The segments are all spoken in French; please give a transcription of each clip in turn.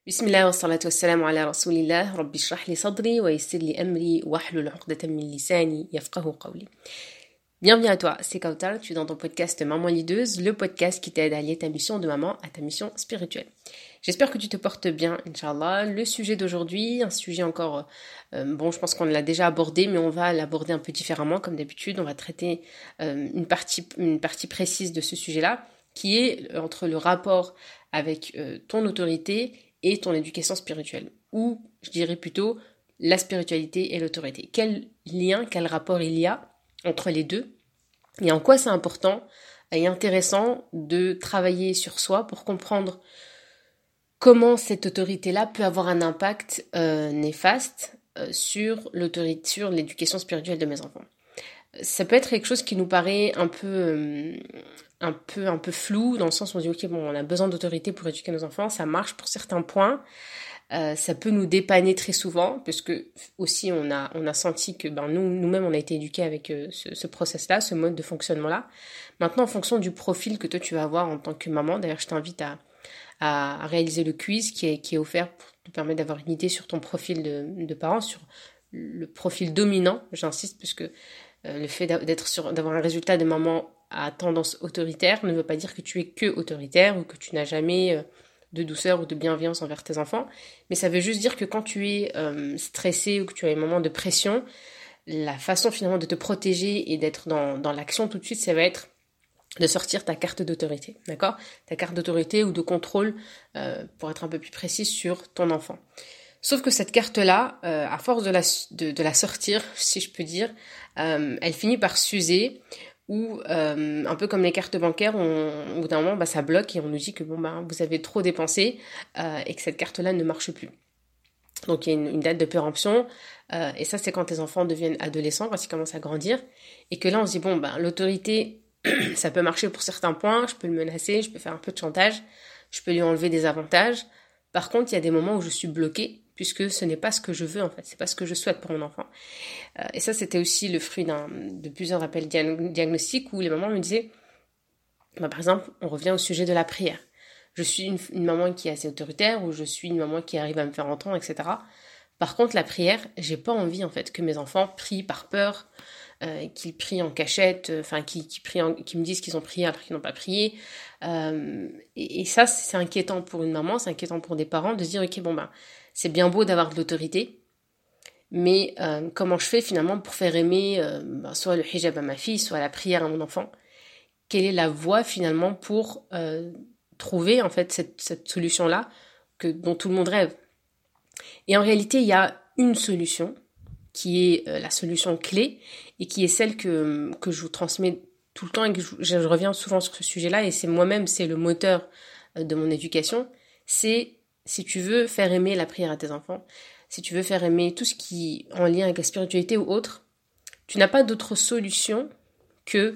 بسم الله والصلاة والسلام على رسول الله رب اشرح لي صدري ويسر لي أمري واحلل عقدة من لساني يفقهوا قولي. Bienvenue à toi, c'est Kautar, tu es dans ton podcast Maman Leaduse, le podcast qui t'aide à allier ta mission de maman à ta mission spirituelle. J'espère que tu te portes bien, Inch'Allah. Le sujet d'aujourd'hui, un sujet encore, je pense qu'on l'a déjà abordé, mais on va l'aborder un peu différemment, comme d'habitude. On va traiter une partie précise de ce sujet-là, qui est entre le rapport avec ton autorité et ton éducation spirituelle, ou je dirais plutôt la spiritualité et l'autorité. Quel lien, quel rapport il y a entre les deux, et en quoi c'est important et intéressant de travailler sur soi pour comprendre comment cette autorité-là peut avoir un impact néfaste sur l'éducation spirituelle de mes enfants. Ça peut être quelque chose qui nous paraît un peu flou, dans le sens où on dit ok, on a besoin d'autorité pour éduquer nos enfants, ça marche pour certains points. Ça peut nous dépanner très souvent, parce que aussi on a senti que nous-mêmes on a été éduqués avec ce process-là, ce mode de fonctionnement-là. Maintenant, en fonction du profil que toi tu vas avoir en tant que maman, d'ailleurs je t'invite à réaliser le quiz qui est offert pour te permettre d'avoir une idée sur ton profil de parent, sur le profil dominant, j'insiste, parce que le fait d'avoir un résultat de maman à tendance autoritaire ne veut pas dire que tu es que autoritaire ou que tu n'as jamais de douceur ou de bienveillance envers tes enfants, mais ça veut juste dire que quand tu es stressé ou que tu as un moment de pression, la façon finalement de te protéger et d'être dans l'action tout de suite, ça va être de sortir ta carte d'autorité, d'accord ? Ta carte d'autorité ou de contrôle, pour être un peu plus précis, sur ton enfant. Sauf que cette carte-là, à force de la sortir, si je peux dire, elle finit par s'user, ou un peu comme les cartes bancaires, au bout d'un moment, ça bloque et on nous dit que vous avez trop dépensé et que cette carte-là ne marche plus. Donc il y a une date de péremption, et ça c'est quand tes enfants deviennent adolescents, quand ils commencent à grandir, et que là on se dit l'autorité, ça peut marcher pour certains points, je peux le menacer, je peux faire un peu de chantage, je peux lui enlever des avantages. Par contre, il y a des moments où je suis bloquée, puisque ce n'est pas ce que je veux en fait, c'est pas ce que je souhaite pour mon enfant. Et ça, c'était aussi le fruit de plusieurs appels diagnostiques où les mamans me disaient, par exemple, on revient au sujet de la prière. Je suis une maman qui est assez autoritaire, ou je suis une maman qui arrive à me faire entendre, etc. Par contre, la prière, j'ai pas envie en fait que mes enfants prient par peur, qu'ils prient en cachette, qu'ils me disent qu'ils ont prié alors qu'ils n'ont pas prié. Et ça, c'est inquiétant pour une maman, c'est inquiétant pour des parents de se dire ok, c'est bien beau d'avoir de l'autorité, mais comment je fais finalement pour faire aimer soit le hijab à ma fille, soit la prière à mon enfant? Quelle est la voie finalement pour trouver en fait cette solution-là dont tout le monde rêve? Et en réalité, il y a une solution qui est la solution clé et qui est celle que je vous transmets tout le temps et que je reviens souvent sur ce sujet-là, et c'est le moteur de mon éducation. C'est, si tu veux faire aimer la prière à tes enfants, si tu veux faire aimer tout ce qui est en lien avec la spiritualité ou autre, tu n'as pas d'autre solution que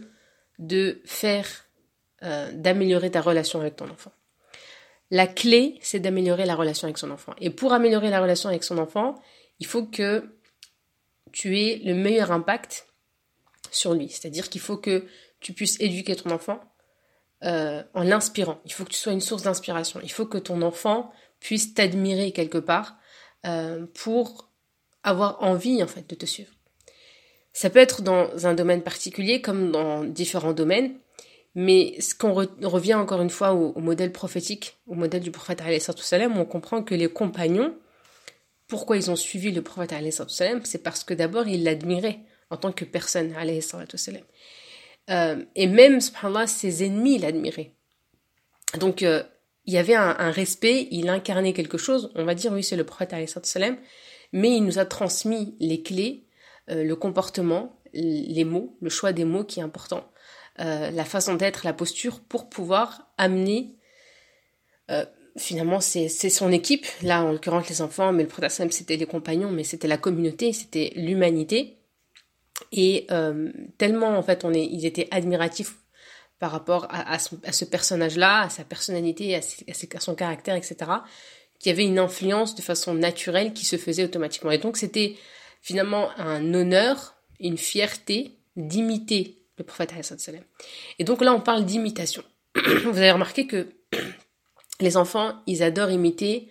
d'améliorer ta relation avec ton enfant. La clé, c'est d'améliorer la relation avec son enfant. Et pour améliorer la relation avec son enfant, il faut que tu aies le meilleur impact sur lui. C'est-à-dire qu'il faut que tu puisses éduquer ton enfant en l'inspirant. Il faut que tu sois une source d'inspiration. Il faut que ton enfant puisse t'admirer quelque part pour avoir envie en fait de te suivre. Ça peut être dans un domaine particulier comme dans différents domaines, mais ce qu'on revient encore une fois au modèle prophétique, au modèle du prophète alayhi salam, on comprend que les compagnons, pourquoi ils ont suivi le prophète alayhi salam, c'est parce que d'abord ils l'admiraient en tant que personne alayhi salam. Et même, subhanallah, ses ennemis l'admiraient. Donc il y avait un respect, il incarnait quelque chose, on va dire oui c'est le prophète alayhi salam, mais il nous a transmis les clés, le comportement, les mots, le choix des mots qui est important, la façon d'être, la posture pour pouvoir amener finalement c'est son équipe, là en l'occurrence les enfants, mais le prophète c'était les compagnons, mais c'était la communauté, c'était l'humanité, et tellement en fait ils étaient admiratifs par rapport à ce personnage-là, à sa personnalité, à son caractère, etc., qu'il y avait une influence de façon naturelle qui se faisait automatiquement. Et donc c'était finalement un honneur, une fierté d'imiter le prophète alayhi salam. Et donc là on parle d'imitation. Vous avez remarqué que les enfants, ils adorent imiter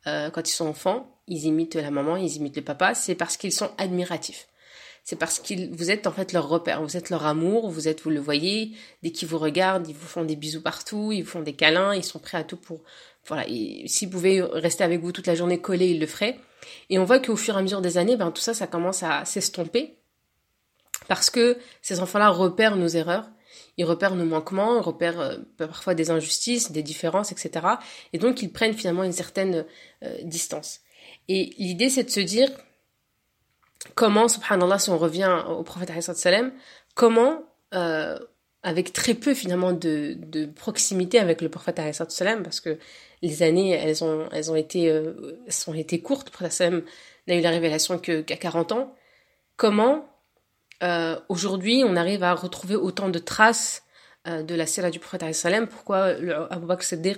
quand ils sont enfants, ils imitent la maman, ils imitent le papa, c'est parce qu'ils sont admiratifs. C'est parce que vous êtes en fait leur repère, vous êtes leur amour, vous le voyez, dès qu'ils vous regardent, ils vous font des bisous partout, ils vous font des câlins, ils sont prêts à tout pour, voilà, et s'ils pouvaient rester avec vous toute la journée collés, ils le feraient. Et on voit qu'au fur et à mesure des années, tout ça commence à s'estomper, parce que ces enfants-là repèrent nos erreurs, ils repèrent nos manquements, ils repèrent parfois des injustices, des différences, etc. Et donc ils prennent finalement une certaine distance. Et l'idée, c'est de se dire, comment, subhanallah, si on revient au prophète alayhi salam, comment, avec très peu finalement de proximité avec le prophète alayhi salam, parce que les années, elles ont été courtes, le prophète sallam n'a eu la révélation qu'à 40 ans, comment, aujourd'hui, on arrive à retrouver autant de traces de la sira du prophète alayhi salam, pourquoi Abu Bakr Siddiq,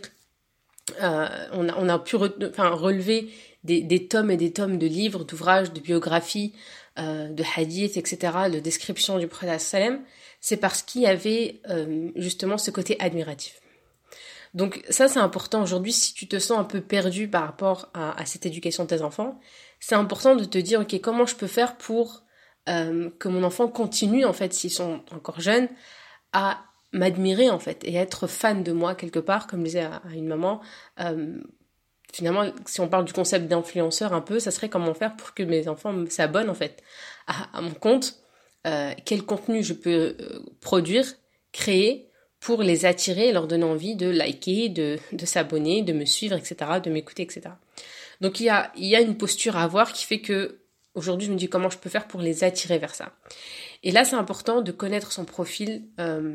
on a pu relever des tomes et des tomes de livres, d'ouvrages, de biographies, de hadiths, etc., de descriptions du prophète sallam, c'est parce qu'il y avait justement ce côté admiratif. Donc ça, c'est important aujourd'hui. Si tu te sens un peu perdu par rapport à cette éducation de tes enfants, c'est important de te dire, ok, comment je peux faire pour que mon enfant continue, en fait, s'ils sont encore jeunes, à m'admirer, en fait, et être fan de moi quelque part, comme disait à une maman. Finalement, si on parle du concept d'influenceur un peu, ça serait comment faire pour que mes enfants s'abonnent, en fait, à mon compte, quel contenu je peux produire, créer, pour les attirer et leur donner envie de liker, de s'abonner, de me suivre, etc., de m'écouter, etc. Donc il y a une posture à avoir qui fait que aujourd'hui je me dis comment je peux faire pour les attirer vers ça. Et là c'est important de connaître son profil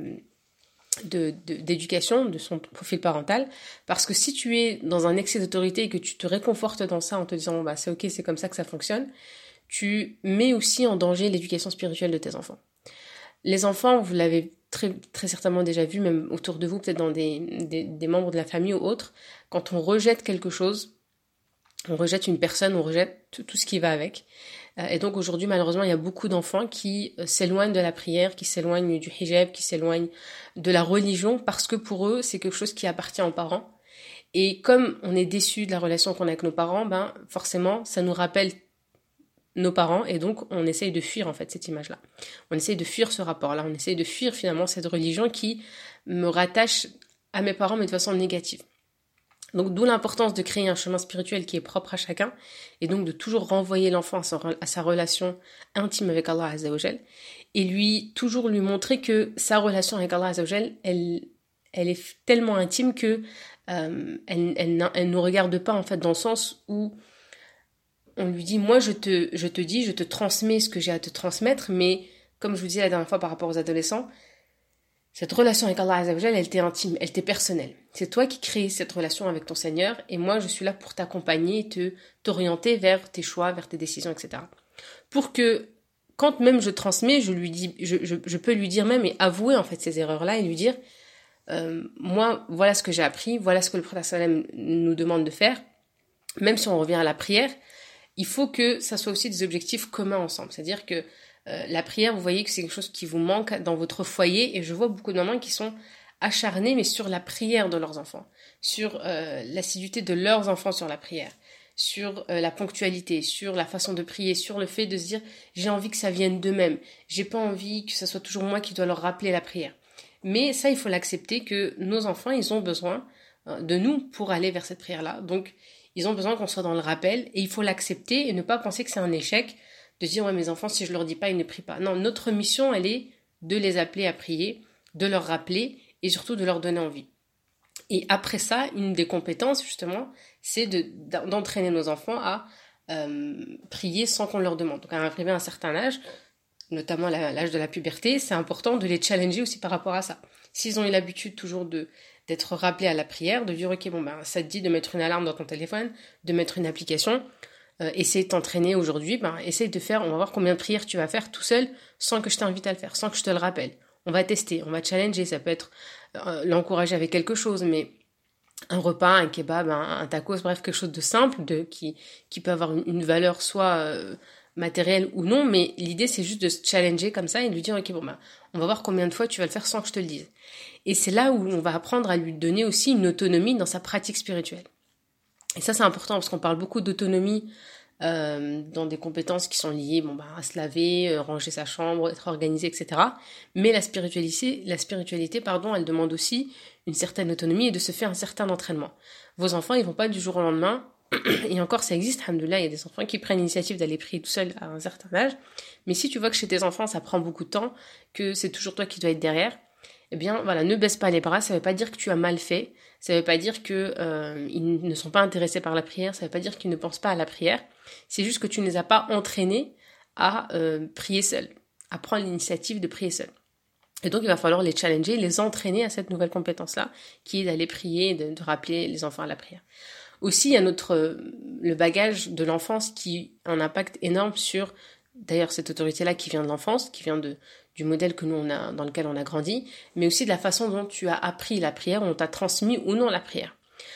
d'éducation, de son profil parental, parce que si tu es dans un excès d'autorité et que tu te réconfortes dans ça en te disant c'est ok, c'est comme ça que ça fonctionne, tu mets aussi en danger l'éducation spirituelle de tes enfants. Les enfants, vous l'avez très, très certainement déjà vu, même autour de vous, peut-être dans des membres de la famille ou autres, quand on rejette quelque chose, on rejette une personne, on rejette tout ce qui va avec. Et donc aujourd'hui, malheureusement, il y a beaucoup d'enfants qui s'éloignent de la prière, qui s'éloignent du hijab, qui s'éloignent de la religion, parce que pour eux, c'est quelque chose qui appartient aux parents. Et comme on est déçu de la relation qu'on a avec nos parents, forcément, ça nous rappelle nos parents, et donc on essaye de fuir en fait cette image-là. On essaye de fuir ce rapport-là, on essaye de fuir finalement cette religion qui me rattache à mes parents mais de façon négative. Donc d'où l'importance de créer un chemin spirituel qui est propre à chacun, et donc de toujours renvoyer l'enfant à sa relation intime avec Allah Azza wa Jal, et toujours lui montrer que sa relation avec Allah Azza wa Jal, elle est tellement intime que elle ne nous regarde pas en fait dans le sens où on lui dit, moi je te transmets ce que j'ai à te transmettre, mais comme je vous disais la dernière fois par rapport aux adolescents, cette relation avec Allah Azza wa Jal, elle t'est intime, elle t'est personnelle. C'est toi qui crées cette relation avec ton Seigneur, et moi je suis là pour t'accompagner, t'orienter vers tes choix, vers tes décisions, etc. Pour que, quand même je transmets, je peux lui dire même, et avouer en fait ces erreurs-là, et lui dire, moi voilà ce que j'ai appris, voilà ce que le prophète sallam nous demande de faire, même si on revient à la prière, il faut que ça soit aussi des objectifs communs ensemble. C'est-à-dire que la prière, vous voyez que c'est quelque chose qui vous manque dans votre foyer, et je vois beaucoup de mamans qui sont acharnées, mais sur la prière de leurs enfants, sur l'assiduité de leurs enfants sur la prière, sur la ponctualité, sur la façon de prier, sur le fait de se dire j'ai envie que ça vienne d'eux-mêmes, j'ai pas envie que ça soit toujours moi qui dois leur rappeler la prière. Mais ça, il faut l'accepter que nos enfants, ils ont besoin de nous pour aller vers cette prière-là. Donc, ils ont besoin qu'on soit dans le rappel, et il faut l'accepter et ne pas penser que c'est un échec de dire ouais, mes enfants, si je leur dis pas, ils ne prient pas. Non, notre mission, elle est de les appeler à prier, de leur rappeler et surtout de leur donner envie. Et après ça, une des compétences justement, c'est d'entraîner nos enfants à prier sans qu'on leur demande. Donc à arriver à un certain âge, notamment l'âge de la puberté, c'est important de les challenger aussi par rapport à ça. S'ils ont eu l'habitude toujours d'être rappelés à la prière, de dire ok, ça te dit de mettre une alarme dans ton téléphone, de mettre une application, essaye de t'entraîner aujourd'hui, essaye de faire, on va voir combien de prières tu vas faire tout seul sans que je t'invite à le faire, sans que je te le rappelle. On va tester, on va challenger, ça peut être l'encourager avec quelque chose, mais un repas, un kebab, un tacos, bref, quelque chose de simple, qui peut avoir une valeur soit matérielle ou non, mais l'idée c'est juste de se challenger comme ça et de lui dire ok, on va voir combien de fois tu vas le faire sans que je te le dise. Et c'est là où on va apprendre à lui donner aussi une autonomie dans sa pratique spirituelle. Et ça, c'est important parce qu'on parle beaucoup d'autonomie dans des compétences qui sont liées à se laver, ranger sa chambre, être organisé, etc. Mais la spiritualité, elle demande aussi une certaine autonomie et de se faire un certain entraînement. Vos enfants, ils vont pas du jour au lendemain, et encore ça existe, alhamdoulilah, il y a des enfants qui prennent l'initiative d'aller prier tout seul à un certain âge, mais si tu vois que chez tes enfants ça prend beaucoup de temps, que c'est toujours toi qui dois être derrière, eh bien voilà, ne baisse pas les bras, ça veut pas dire que tu as mal fait, ça veut pas dire que ils ne sont pas intéressés par la prière, ça veut pas dire qu'ils ne pensent pas à la prière, c'est juste que tu ne les as pas entraînés à prier seuls, à prendre l'initiative de prier seuls. Et donc il va falloir les challenger, les entraîner à cette nouvelle compétence-là, qui est d'aller prier, de rappeler les enfants à la prière. Aussi, il y a le bagage de l'enfance qui a un impact énorme sur, d'ailleurs, cette autorité-là qui vient de l'enfance, qui vient du modèle que nous on a, dans lequel on a grandi, mais aussi de la façon dont tu as appris la prière, on t'a transmis ou non la prière.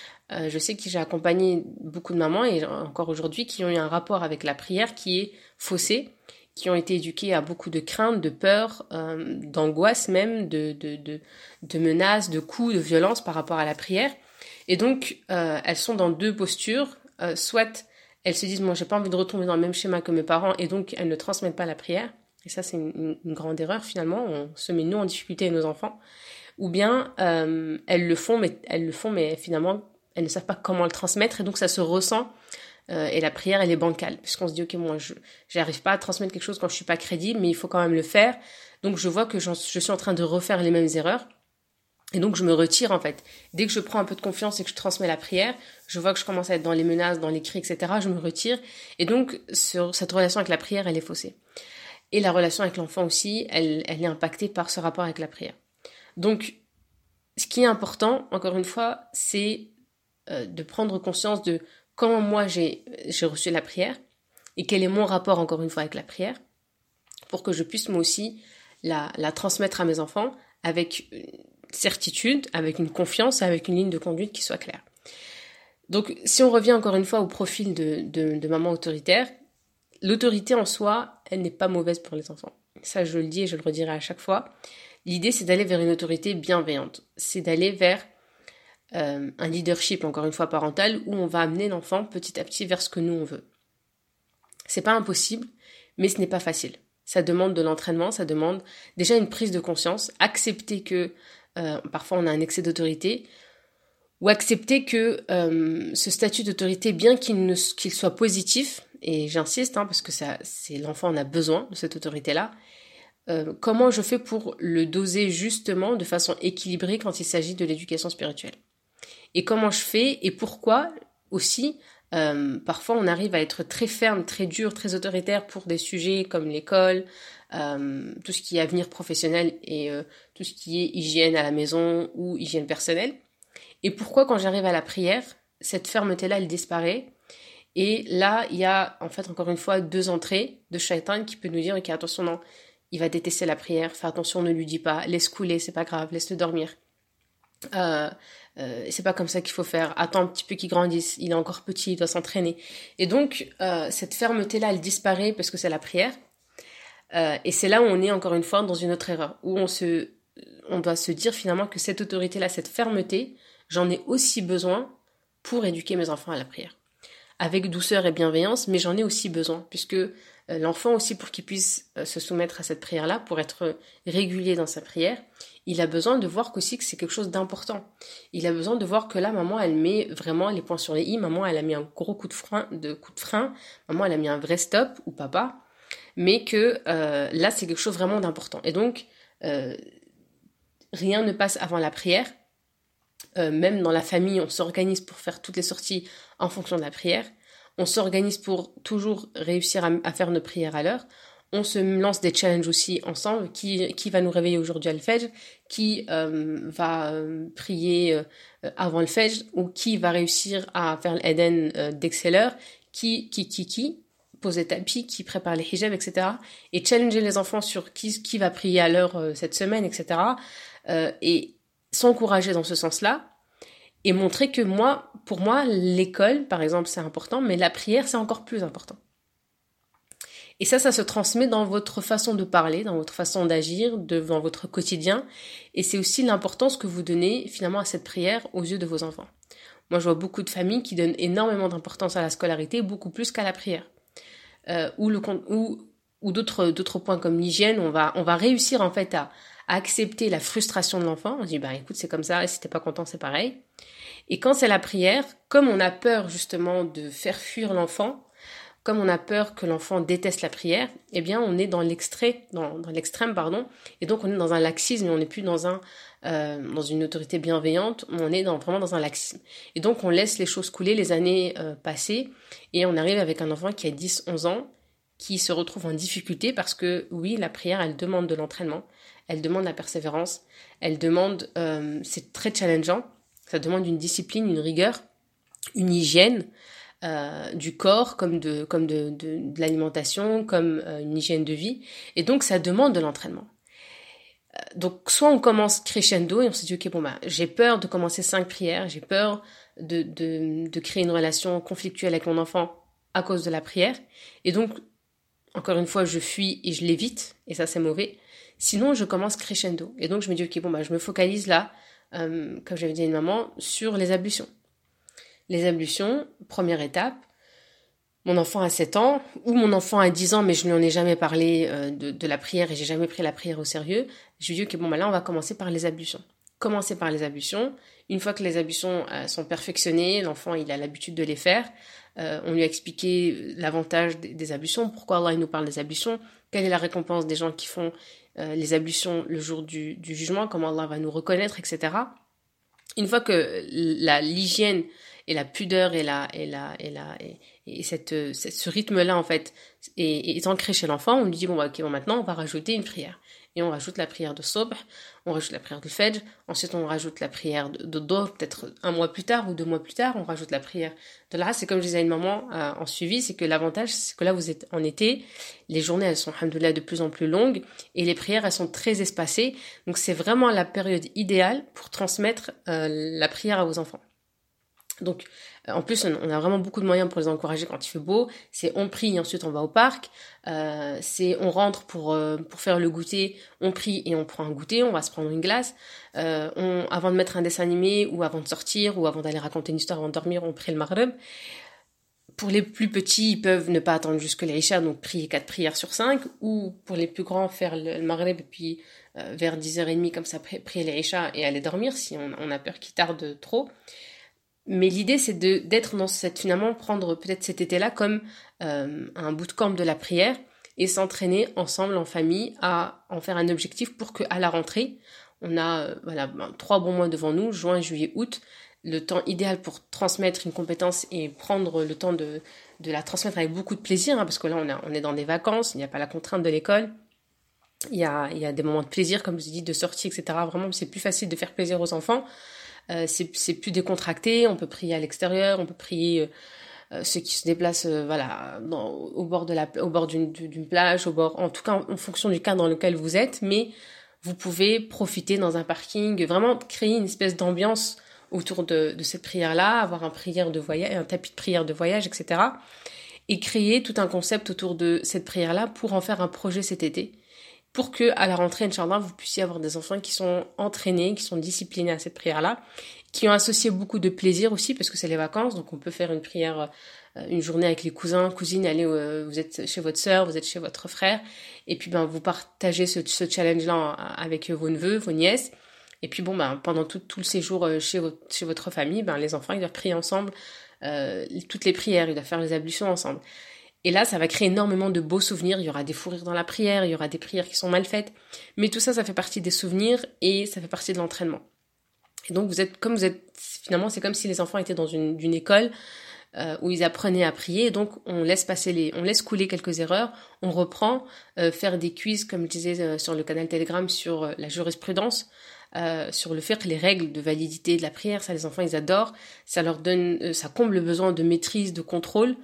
Je sais que j'ai accompagné beaucoup de mamans, et encore aujourd'hui, qui ont eu un rapport avec la prière qui est faussé, qui ont été éduquées à beaucoup de craintes, de peur, d'angoisse même, de menaces, de coups, de violence par rapport à la prière. Et donc, elles sont dans deux postures. Soit elles se disent, moi, j'ai pas envie de retomber dans le même schéma que mes parents, et donc elles ne transmettent pas la prière. Et ça, c'est une grande erreur, finalement. On se met, nous, en difficulté et nos enfants. Ou bien, elles le font, mais finalement, elles ne savent pas comment le transmettre, et donc ça se ressent. Et la prière, elle est bancale. Puisqu'on se dit, ok, moi, je n'arrive pas à transmettre quelque chose quand je suis pas crédible, mais il faut quand même le faire. Donc, je vois que je suis en train de refaire les mêmes erreurs. Et donc, je me retire, en fait. Dès que je prends un peu de confiance et que je transmets la prière, je vois que je commence à être dans les menaces, dans les cris, etc. Je me retire. Et donc, cette relation avec la prière, elle est faussée. Et la relation avec l'enfant aussi, elle est impactée par ce rapport avec la prière. Donc, ce qui est important, encore une fois, c'est de prendre conscience de comment moi j'ai reçu la prière et quel est mon rapport, encore une fois, avec la prière, pour que je puisse, moi aussi, la transmettre à mes enfants avec certitude, avec une confiance, avec une ligne de conduite qui soit claire. Donc, si on revient encore une fois au profil de maman autoritaire, l'autorité en soi, elle n'est pas mauvaise pour les enfants. Ça, je le dis et je le redirai à chaque fois. L'idée, c'est d'aller vers une autorité bienveillante. C'est d'aller vers un leadership, encore une fois, parental, où on va amener l'enfant petit à petit vers ce que nous, on veut. C'est pas impossible, mais ce n'est pas facile. Ça demande de l'entraînement, ça demande déjà une prise de conscience, accepter que parfois on a un excès d'autorité, ou accepter que ce statut d'autorité, bien qu'il soit positif, et j'insiste, parce que c'est l'enfant en a besoin de cette autorité-là, comment je fais pour le doser justement de façon équilibrée quand il s'agit de l'éducation spirituelle. Et comment je fais et pourquoi aussi, parfois on arrive à être très ferme, très dur, très autoritaire pour des sujets comme l'école, tout ce qui est avenir professionnel et tout ce qui est hygiène à la maison ou hygiène personnelle. Et pourquoi quand j'arrive à la prière, cette fermeté-là, elle disparaît. Et là, il y a en fait encore une fois deux entrées de Shaitan qui peut nous dire, ok, attention, non, il va détester la prière, fais attention, ne lui dis pas, laisse couler, c'est pas grave, laisse-le dormir. C'est pas comme ça qu'il faut faire, attends un petit peu qu'il grandisse, il est encore petit, il doit s'entraîner. Et donc, cette fermeté-là, elle disparaît parce que c'est la prière. Et c'est là où on est encore une fois dans une autre erreur, où on doit se dire finalement que cette autorité-là, cette fermeté, j'en ai aussi besoin pour éduquer mes enfants à la prière. Avec douceur et bienveillance, mais j'en ai aussi besoin, puisque l'enfant aussi, pour qu'il puisse se soumettre à cette prière-là, pour être régulier dans sa prière, il a besoin de voir qu'aussi que c'est quelque chose d'important. Il a besoin de voir que là, maman, elle met vraiment les points sur les i, maman, elle a mis un gros coup de frein, maman, elle a mis un vrai stop, ou papa, mais que là, c'est quelque chose vraiment d'important. Et donc, rien ne passe avant la prière. Même dans la famille, on s'organise pour faire toutes les sorties en fonction de la prière. On s'organise pour toujours réussir à faire nos prières à l'heure. On se lance des challenges aussi ensemble. Qui va nous réveiller aujourd'hui à l'Fajr, qui va prier avant le Fajr, ou qui va réussir à faire l'Eden d'Exceller, qui pose les tapis, qui prépare les hijabs, etc. Et challenger les enfants sur qui va prier à l'heure cette semaine, etc. Et s'encourager dans ce sens-là et montrer que pour moi, l'école, par exemple, c'est important, mais la prière, c'est encore plus important. Et ça se transmet dans votre façon de parler, dans votre façon d'agir, dans votre quotidien. Et c'est aussi l'importance que vous donnez finalement à cette prière aux yeux de vos enfants. Moi, je vois beaucoup de familles qui donnent énormément d'importance à la scolarité, beaucoup plus qu'à la prière. Ou d'autres points comme l'hygiène, on va réussir en fait à accepter la frustration de l'enfant. On dit, bah écoute, c'est comme ça, si t'es pas content, c'est pareil. Et quand c'est la prière, comme on a peur justement de faire fuir l'enfant, comme on a peur que l'enfant déteste la prière, eh bien on est dans l'extrême, pardon, et donc on est dans un laxisme, et on n'est plus dans une autorité bienveillante, on est vraiment dans un laxisme. Et donc on laisse les choses couler, les années passer, et on arrive avec un enfant qui a 10, 11 ans, qui se retrouve en difficulté parce que oui, la prière, elle demande de l'entraînement, elle demande la persévérance, c'est très challengeant, ça demande une discipline, une rigueur, une hygiène, du corps, comme de l'alimentation, comme une hygiène de vie. Et donc, ça demande de l'entraînement. Donc, soit on commence crescendo et on se dit, ok, bon, bah, j'ai peur de commencer 5 prières, j'ai peur de créer une relation conflictuelle avec mon enfant à cause de la prière. Et donc, encore une fois, je fuis et je l'évite, et ça, c'est mauvais. Sinon, je commence crescendo. Et donc, je me dis, ok, bon, bah, je me focalise là, comme j'avais dit à une maman, sur les ablutions. Les ablutions, première étape, mon enfant a 7 ans, ou mon enfant a 10 ans, mais je ne lui en ai jamais parlé de la prière et j'ai jamais pris la prière au sérieux, je lui dis, ok, bon, bah là, on va commencer par les ablutions. Commencer par les ablutions. Une fois que les ablutions sont perfectionnées, l'enfant, il a l'habitude de les faire. On lui a expliqué l'avantage des ablutions, pourquoi Allah il nous parle des ablutions, quelle est la récompense des gens qui font les ablutions le jour du jugement, comment Allah va nous reconnaître, etc. Une fois que l'hygiène et la pudeur et ce rythme-là, en fait, est ancré chez l'enfant, on lui dit, bon, bah, ok, bon, maintenant, on va rajouter une prière. Et on rajoute la prière de Sobh, on rajoute la prière de Fajr, ensuite on rajoute la prière de Dohr, peut-être 1 mois plus tard ou 2 mois plus tard, on rajoute la prière de l'Asr. C'est comme je disais à une maman en suivi, c'est que l'avantage, c'est que là, vous êtes en été, les journées, elles sont, alhamdoulilah, de plus en plus longues, et les prières, elles sont très espacées. Donc, c'est vraiment la période idéale pour transmettre la prière à vos enfants. Donc, en plus, on a vraiment beaucoup de moyens pour les encourager quand il fait beau. C'est on prie et ensuite on va au parc. C'est on rentre pour faire le goûter, on prie et on prend un goûter, on va se prendre une glace. Avant de mettre un dessin animé ou avant de sortir ou avant d'aller raconter une histoire avant de dormir, on prie le maghrib. Pour les plus petits, ils peuvent ne pas attendre jusque l'Aïcha, donc prier 4 prières sur 5. Ou pour les plus grands, faire le maghrib et puis vers 10h30 comme ça, prier l'Aïcha et aller dormir si on a peur qu'il tarde trop. Mais l'idée, c'est d'être dans finalement, prendre peut-être cet été-là comme un bootcamp de la prière et s'entraîner ensemble en famille à en faire un objectif pour qu'à la rentrée, on a 3 bons mois devant nous, juin, juillet, août, le temps idéal pour transmettre une compétence et prendre le temps de la transmettre avec beaucoup de plaisir, hein, parce que là, on est dans des vacances, il n'y a pas la contrainte de l'école. Il y a des moments de plaisir, comme je vous ai dit, de sortie, etc. Vraiment, c'est plus facile de faire plaisir aux enfants. C'est plus décontracté, on peut prier à l'extérieur, on peut prier ceux qui se déplacent au bord d'une plage, en tout cas en fonction du cadre dans lequel vous êtes, mais vous pouvez profiter dans un parking, vraiment créer une espèce d'ambiance autour de cette prière-là, avoir un tapis de prière de voyage, etc. Et créer tout un concept autour de cette prière-là pour en faire un projet cet été. Pour que, à la rentrée, Inch'Allah, vous puissiez avoir des enfants qui sont entraînés, qui sont disciplinés à cette prière-là, qui ont associé beaucoup de plaisir aussi, parce que c'est les vacances, donc on peut faire une prière, une journée avec les cousins, cousines, vous êtes chez votre sœur, vous êtes chez votre frère, et puis vous partagez ce challenge-là avec vos neveux, vos nièces, et puis pendant tout le séjour chez votre famille, les enfants, ils doivent prier ensemble, toutes les prières, ils doivent faire les ablutions ensemble. Et là, ça va créer énormément de beaux souvenirs. Il y aura des fous rires dans la prière, il y aura des prières qui sont mal faites. Mais tout ça, ça fait partie des souvenirs et ça fait partie de l'entraînement. Et donc, finalement, c'est comme si les enfants étaient dans une école où ils apprenaient à prier. Et donc, on laisse couler quelques erreurs. On reprend, faire des quiz, comme je disais sur le canal Telegram, sur la jurisprudence, sur le fiqh, les règles de validité de la prière. Ça, les enfants, ils adorent. Ça leur donne, ça comble le besoin de maîtrise, de contrôle.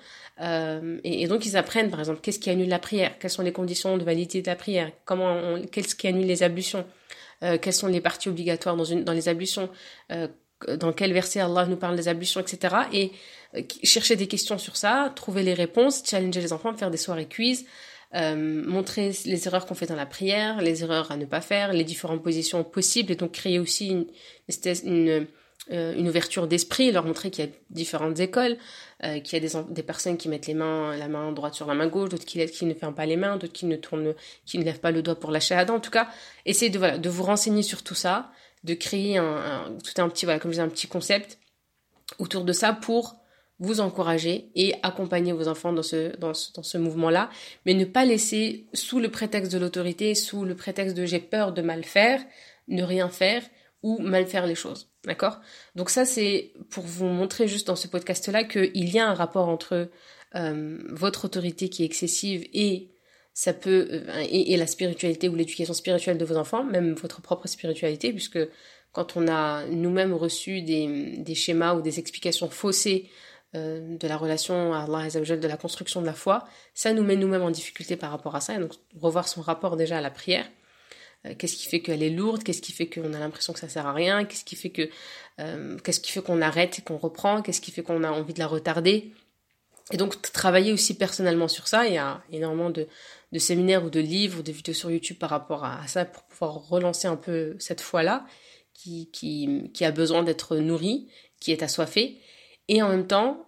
Et donc ils apprennent par exemple qu'est-ce qui annule la prière, quelles sont les conditions de validité de la prière, qu'est-ce qui annule les ablutions, quelles sont les parties obligatoires dans les ablutions, dans quel verset Allah nous parle des ablutions, etc. Et chercher des questions sur ça, trouver les réponses, challenger les enfants, faire des soirées quiz, montrer les erreurs qu'on fait dans la prière, les erreurs à ne pas faire, les différentes positions possibles, et donc créer aussi une ouverture d'esprit, leur montrer qu'il y a différentes écoles, qu'il y a des personnes qui mettent la main droite sur la main gauche, d'autres qui ne ferment pas les mains, d'autres qui ne lèvent pas le doigt pour la shahada. En tout cas, essayez de vous renseigner sur tout ça, de créer un petit concept autour de ça pour vous encourager et accompagner vos enfants dans ce mouvement-là, mais ne pas laisser, sous le prétexte de l'autorité, sous le prétexte de j'ai peur de mal faire, ne rien faire ou mal faire les choses, d'accord? Donc ça, c'est pour vous montrer juste dans ce podcast-là qu'il y a un rapport entre votre autorité qui est excessive et ça peut et la spiritualité ou l'éducation spirituelle de vos enfants, même votre propre spiritualité, puisque quand on a nous-mêmes reçu des schémas ou des explications faussées de la relation à Allah Azzawajal, de la construction de la foi, ça nous met nous-mêmes en difficulté par rapport à ça, et donc revoir son rapport déjà à la prière. Qu'est-ce qui fait qu'elle est lourde, qu'est-ce qui fait qu'on a l'impression que ça sert à rien, qu'est-ce qui fait qu'on arrête et qu'on reprend, qu'est-ce qui fait qu'on a envie de la retarder. Et donc travailler aussi personnellement sur ça. Il y a énormément de séminaires ou de livres ou de vidéos sur YouTube par rapport à ça pour pouvoir relancer un peu cette foi-là qui a besoin d'être nourrie, qui est assoiffée, et en même temps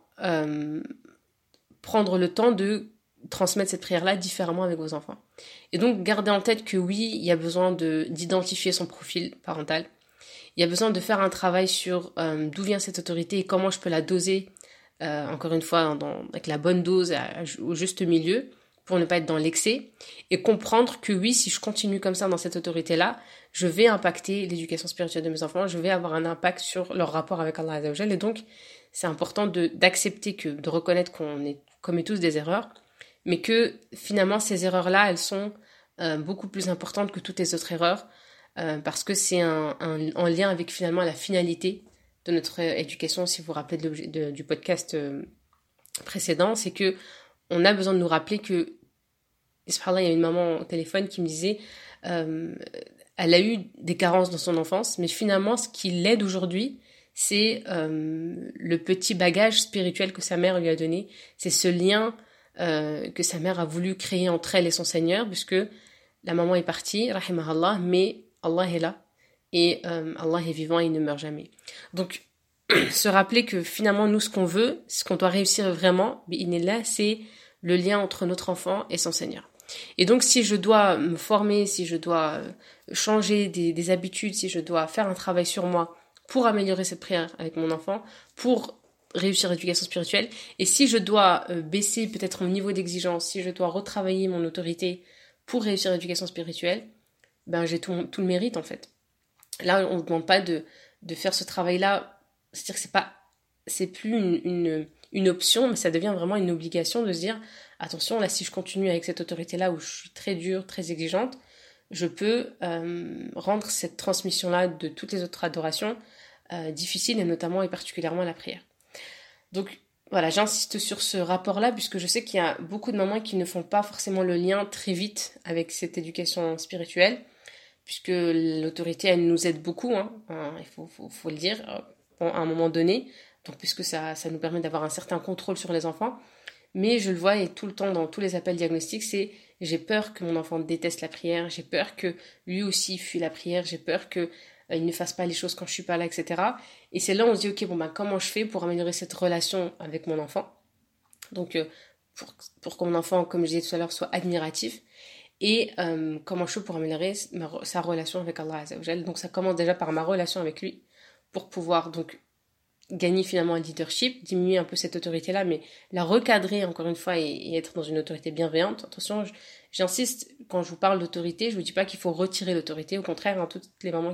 prendre le temps de transmettre cette prière-là différemment avec vos enfants. Et donc, gardez en tête que oui, il y a besoin d'identifier son profil parental. Il y a besoin de faire un travail sur d'où vient cette autorité et comment je peux la doser, encore une fois, avec la bonne dose, au juste milieu, pour ne pas être dans l'excès. Et comprendre que oui, si je continue comme ça dans cette autorité-là, je vais impacter l'éducation spirituelle de mes enfants, je vais avoir un impact sur leur rapport avec Allah Azzawajal. Et donc, c'est important d'accepter de reconnaître qu'on commet tous des erreurs, mais que finalement ces erreurs-là, elles sont beaucoup plus importantes que toutes les autres erreurs, parce que c'est en lien avec finalement la finalité de notre éducation. Si vous vous rappelez du podcast précédent, c'est que on a besoin de nous rappeler que, subhanallah, il y a une maman au téléphone qui me disait elle a eu des carences dans son enfance, mais finalement ce qui l'aide aujourd'hui, c'est le petit bagage spirituel que sa mère lui a donné, c'est ce lien que sa mère a voulu créer entre elle et son Seigneur, puisque la maman est partie, rahimahallah, mais Allah est là, et Allah est vivant et il ne meurt jamais. Donc, se rappeler que finalement, nous, ce qu'on veut, ce qu'on doit réussir vraiment, bi'inillah, c'est le lien entre notre enfant et son Seigneur. Et donc, si je dois me former, si je dois changer des habitudes, si je dois faire un travail sur moi pour améliorer cette prière avec mon enfant, pour réussir l'éducation spirituelle, et si je dois baisser peut-être mon niveau d'exigence, si je dois retravailler mon autorité pour réussir l'éducation spirituelle, ben j'ai tout le mérite en fait. Là, on ne demande pas de faire ce travail-là, c'est-à-dire que c'est plus une option, mais ça devient vraiment une obligation de se dire, attention, là, si je continue avec cette autorité-là où je suis très dure, très exigeante, je peux rendre cette transmission-là de toutes les autres adorations difficile, et notamment et particulièrement la prière. Donc voilà, j'insiste sur ce rapport-là, puisque je sais qu'il y a beaucoup de mamans qui ne font pas forcément le lien très vite avec cette éducation spirituelle, puisque l'autorité, elle nous aide beaucoup, il faut le dire, à un moment donné, donc puisque ça nous permet d'avoir un certain contrôle sur les enfants. Mais je le vois, et tout le temps dans tous les appels diagnostiques, c'est j'ai peur que mon enfant déteste la prière, j'ai peur que lui aussi fuit la prière, j'ai peur que il ne fasse pas les choses quand je suis pas là, etc. Et c'est là où on se dit, ok, comment je fais pour améliorer cette relation avec mon enfant? Donc, pour que mon enfant, comme je disais tout à l'heure, soit admiratif. Et comment je fais pour améliorer sa relation avec Allah Azzawajal. Donc, ça commence déjà par ma relation avec lui, pour pouvoir donc gagner finalement un leadership, diminuer un peu cette autorité-là, mais la recadrer encore une fois et être dans une autorité bienveillante. Attention, j'insiste, quand je vous parle d'autorité, je vous dis pas qu'il faut retirer l'autorité. Au contraire, toutes les mamans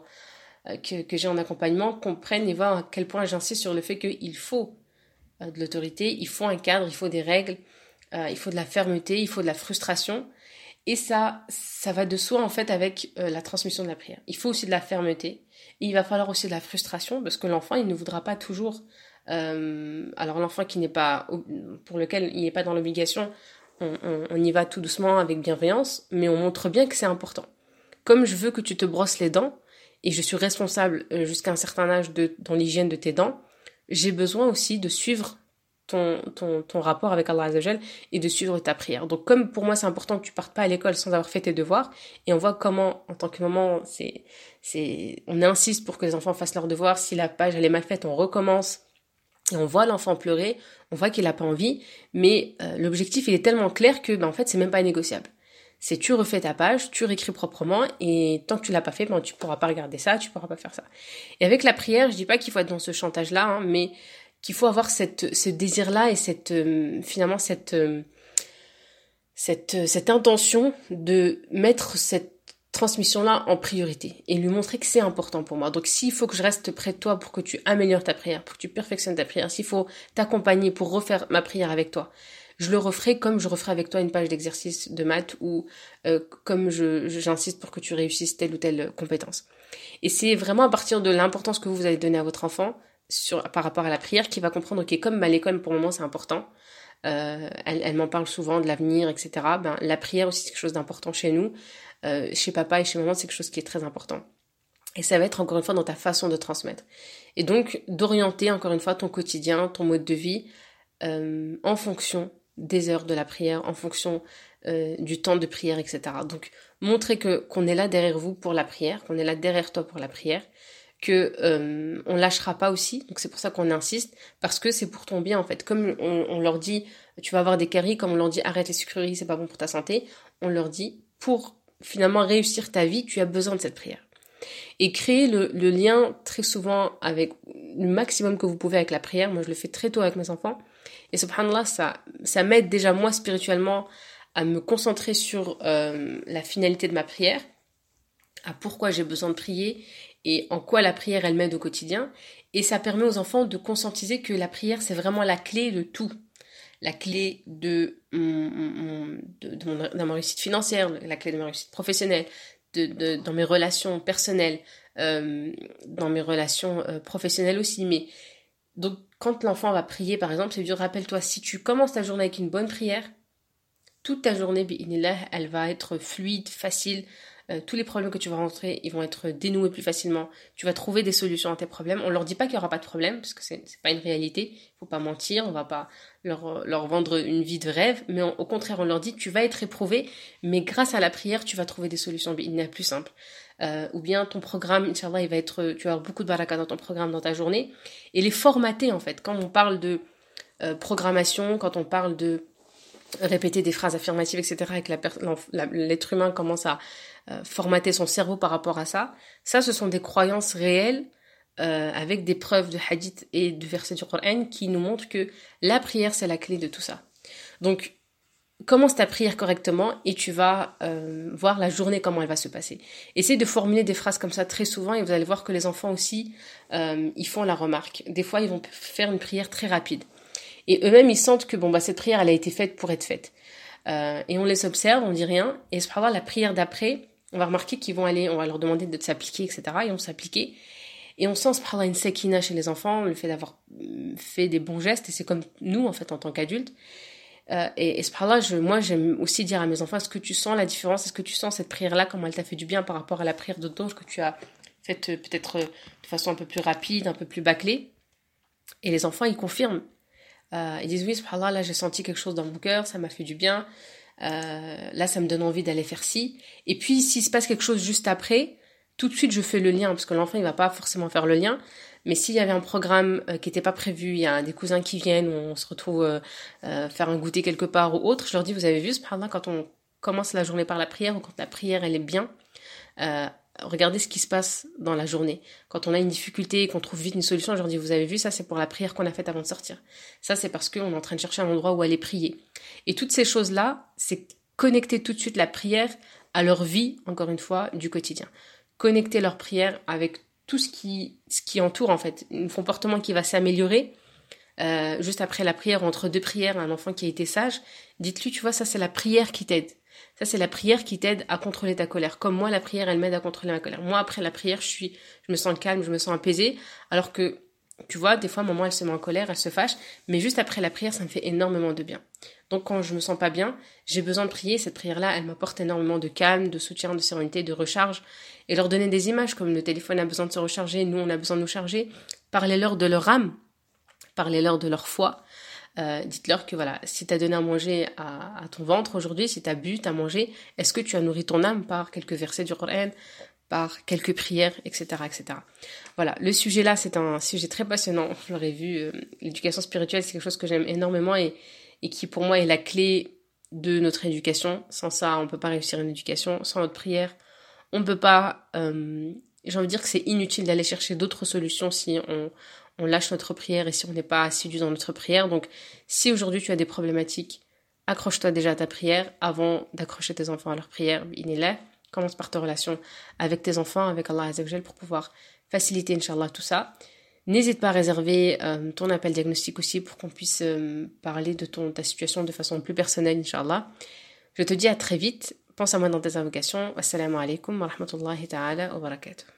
que j'ai en accompagnement comprennent et voient à quel point j'insiste sur le fait qu'il faut de l'autorité, il faut un cadre, il faut des règles, il faut de la fermeté, il faut de la frustration. Et ça va de soi en fait avec la transmission de la prière. Il faut aussi de la fermeté. Et il va falloir aussi de la frustration, parce que l'enfant, il ne voudra pas toujours... alors l'enfant pour lequel il n'est pas dans l'obligation, on y va tout doucement avec bienveillance, mais on montre bien que c'est important. Comme je veux que tu te brosses les dents, et je suis responsable jusqu'à un certain âge dans l'hygiène de tes dents, j'ai besoin aussi de suivre ton rapport avec Allah Azzawajal et de suivre ta prière. Donc comme pour moi c'est important que tu partes pas à l'école sans avoir fait tes devoirs, et on voit comment en tant que maman on insiste pour que les enfants fassent leurs devoirs. Si la page elle est mal faite, on recommence. Et on voit l'enfant pleurer, on voit qu'il a pas envie, mais l'objectif il est tellement clair que en fait c'est même pas négociable. C'est tu refais ta page, tu réécris proprement, et tant que tu l'as pas fait, tu pourras pas regarder ça, tu pourras pas faire ça. Et avec la prière, je dis pas qu'il faut être dans ce chantage-là, hein, mais qu'il faut avoir ce désir-là et finalement cette intention de mettre cette transmission-là en priorité et lui montrer que c'est important pour moi. Donc s'il faut que je reste près de toi pour que tu améliores ta prière, pour que tu perfectionnes ta prière, s'il faut t'accompagner pour refaire ma prière avec toi, je le referai comme je referai avec toi une page d'exercice de maths, ou comme j'insiste pour que tu réussisses telle ou telle compétence. Et c'est vraiment à partir de l'importance que vous allez donner à votre enfant par rapport à la prière qu'il va comprendre, ok, comme l'école pour le moment c'est important, elle m'en parle souvent de l'avenir, etc. La prière aussi c'est quelque chose d'important chez nous, chez papa et chez maman c'est quelque chose qui est très important. Et ça va être encore une fois dans ta façon de transmettre. Et donc d'orienter encore une fois ton quotidien, ton mode de vie en fonction des heures de la prière, en fonction du temps de prière, etc. Donc montrer qu'on est là derrière vous pour la prière, qu'on est là derrière toi pour la prière, que on lâchera pas aussi. Donc c'est pour ça qu'on insiste, parce que c'est pour ton bien en fait. Comme on leur dit tu vas avoir des caries, comme on leur dit arrête les sucreries, c'est pas bon pour ta santé, on leur dit pour finalement réussir ta vie, tu as besoin de cette prière. Et créer le lien très souvent avec le maximum que vous pouvez avec la prière. Moi je le fais très tôt avec mes enfants, et subhanallah ça m'aide déjà moi spirituellement à me concentrer sur la finalité de ma prière, à pourquoi j'ai besoin de prier et en quoi la prière elle m'aide au quotidien. Et ça permet aux enfants de conscientiser que la prière c'est vraiment la clé de tout, la clé de ma réussite financière, la clé de ma réussite professionnelle, dans mes relations personnelles, dans mes relations professionnelles aussi. Mais donc quand l'enfant va prier par exemple, c'est dire rappelle-toi, si tu commences ta journée avec une bonne prière, toute ta journée bi'inillah, elle va être fluide, facile. Tous les problèmes que tu vas rencontrer, ils vont être dénoués plus facilement. Tu vas trouver des solutions à tes problèmes. On leur dit pas qu'il y aura pas de problème, parce que c'est pas une réalité. Il faut pas mentir, on va pas leur vendre une vie de rêve, mais au contraire, on leur dit tu vas être éprouvé, mais grâce à la prière, tu vas trouver des solutions bi'inillah plus simples. Ou bien ton programme, Inch'Allah, tu vas avoir beaucoup de baraka dans ton programme, dans ta journée, et les formater en fait. Quand on parle de programmation, quand on parle de répéter des phrases affirmatives, etc., et que l'être humain commence à formater son cerveau par rapport à ça, ce sont des croyances réelles, avec des preuves de hadith et de versets du Coran qui nous montrent que la prière, c'est la clé de tout ça. Donc, commence ta prière correctement et tu vas voir la journée comment elle va se passer. Essaye de formuler des phrases comme ça très souvent, et vous allez voir que les enfants aussi, ils font la remarque. Des fois, ils vont faire une prière très rapide. Et eux-mêmes, ils sentent que cette prière, elle a été faite pour être faite. Et on les observe, on dit rien. Et subhanallah, la prière d'après, on va remarquer qu'ils vont aller, on va leur demander de s'appliquer, etc. Ils vont s'appliquer. Et on sent, subhanallah, une sakina chez les enfants, le fait d'avoir fait des bons gestes. Et c'est comme nous, en fait, en tant qu'adultes. Et subhanallah, moi, j'aime aussi dire à mes enfants, est-ce que tu sens la différence? Est-ce que tu sens cette prière-là, comment elle t'a fait du bien par rapport à la prière d'autres que tu as faite peut-être de façon un peu plus rapide, un peu plus bâclée? Et les enfants, ils confirment. Ils disent oui, subhanallah, là j'ai senti quelque chose dans mon cœur, ça m'a fait du bien, là ça me donne envie d'aller faire ci. Et puis s'il se passe quelque chose juste après, tout de suite je fais le lien, parce que l'enfant il va pas forcément faire le lien, mais s'il y avait un programme qui était pas prévu, il y a des cousins qui viennent, ou on se retrouve faire un goûter quelque part ou autre, je leur dis vous avez vu, subhanallah, quand on commence la journée par la prière, ou quand la prière elle est bien, regardez ce qui se passe dans la journée. Quand on a une difficulté et qu'on trouve vite une solution, je leur dis, vous avez vu, ça c'est pour la prière qu'on a faite avant de sortir. Ça c'est parce qu'on est en train de chercher un endroit où aller prier. Et toutes ces choses-là, c'est connecter tout de suite la prière à leur vie, encore une fois, du quotidien. Connecter leur prière avec tout ce qui entoure, en fait. Un comportement qui va s'améliorer. Juste après la prière, entre deux prières, un enfant qui a été sage, dites-lui, tu vois, ça c'est la prière qui t'aide. Ça, c'est la prière qui t'aide à contrôler ta colère. Comme moi, la prière, elle m'aide à contrôler ma colère. Moi, après la prière, je me sens calme, je me sens apaisée. Alors que, tu vois, des fois, maman, elle se met en colère, elle se fâche. Mais juste après la prière, ça me fait énormément de bien. Donc, quand je me sens pas bien, j'ai besoin de prier. Cette prière-là, elle m'apporte énormément de calme, de soutien, de sérénité, de recharge. Et leur donner des images, comme le téléphone a besoin de se recharger, nous, on a besoin de nous charger. Parlez-leur de leur âme. Parlez-leur de leur foi. dites-leur que voilà, si tu as donné à manger à ton ventre aujourd'hui, si tu as bu, tu as mangé, est-ce que tu as nourri ton âme par quelques versets du Coran, par quelques prières, etc., etc. Voilà, le sujet là, c'est un sujet très passionnant. Je l'aurais vu, l'éducation spirituelle, c'est quelque chose que j'aime énormément et qui pour moi est la clé de notre éducation. Sans ça, on peut pas réussir une éducation. Sans notre prière, on peut pas... j'ai envie de dire que c'est inutile d'aller chercher d'autres solutions si on lâche notre prière et si on n'est pas assidu dans notre prière. Donc, si aujourd'hui tu as des problématiques, accroche-toi déjà à ta prière avant d'accrocher tes enfants à leur prière. Inillah, commence par ta relation avec tes enfants, avec Allah Azza wa Jal pour pouvoir faciliter, Inch'Allah, tout ça. N'hésite pas à réserver ton appel diagnostic aussi pour qu'on puisse parler de ta situation de façon plus personnelle, Inch'Allah. Je te dis à très vite. Pense à moi dans tes invocations. Assalamu alaikum wa rahmatullahi ta'ala wa barakatuh.